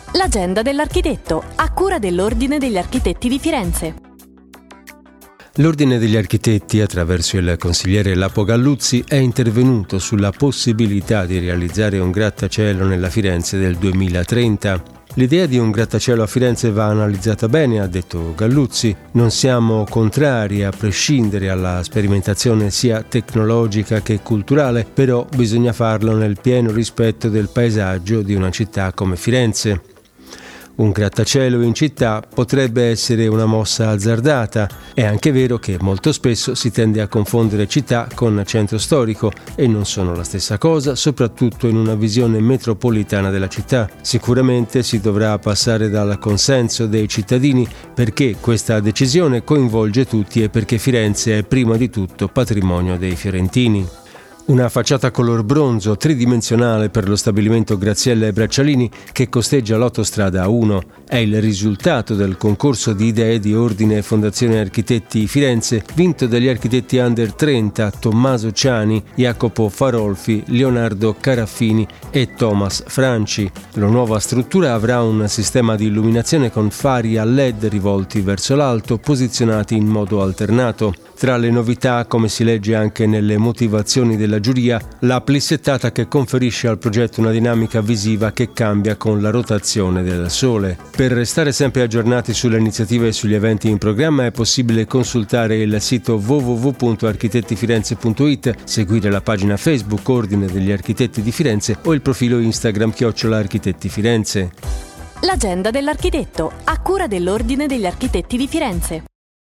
L'agenda dell'architetto, a cura dell'Ordine degli Architetti di Firenze. L'Ordine degli Architetti, attraverso il consigliere Lapo Galluzzi, è intervenuto sulla possibilità di realizzare un grattacielo nella Firenze del 2030. L'idea di un grattacielo a Firenze va analizzata bene, ha detto Galluzzi. Non siamo contrari a prescindere alla sperimentazione sia tecnologica che culturale, però bisogna farlo nel pieno rispetto del paesaggio di una città come Firenze. Un grattacielo in città potrebbe essere una mossa azzardata. È anche vero che molto spesso si tende a confondere città con centro storico e non sono la stessa cosa, soprattutto in una visione metropolitana della città. Sicuramente si dovrà passare dal consenso dei cittadini perché questa decisione coinvolge tutti e perché Firenze è prima di tutto patrimonio dei fiorentini. Una facciata color bronzo tridimensionale per lo stabilimento Graziella e Braccialini che costeggia l'autostrada 1. È il risultato del concorso di idee di Ordine e Fondazione Architetti Firenze, vinto dagli architetti under 30 Tommaso Ciani, Jacopo Farolfi, Leonardo Caraffini e Thomas Franci. La nuova struttura avrà un sistema di illuminazione con fari a LED rivolti verso l'alto, posizionati in modo alternato. Tra le novità, come si legge anche nelle motivazioni della giuria, la plissettata che conferisce al progetto una dinamica visiva che cambia con la rotazione del Sole. Per restare sempre aggiornati sulle iniziative e sugli eventi in programma è possibile consultare il sito www.architettifirenze.it, seguire la pagina Facebook Ordine degli Architetti di Firenze o il profilo Instagram @architettifirenze. L'agenda dell'architetto, a cura dell'Ordine degli Architetti di Firenze.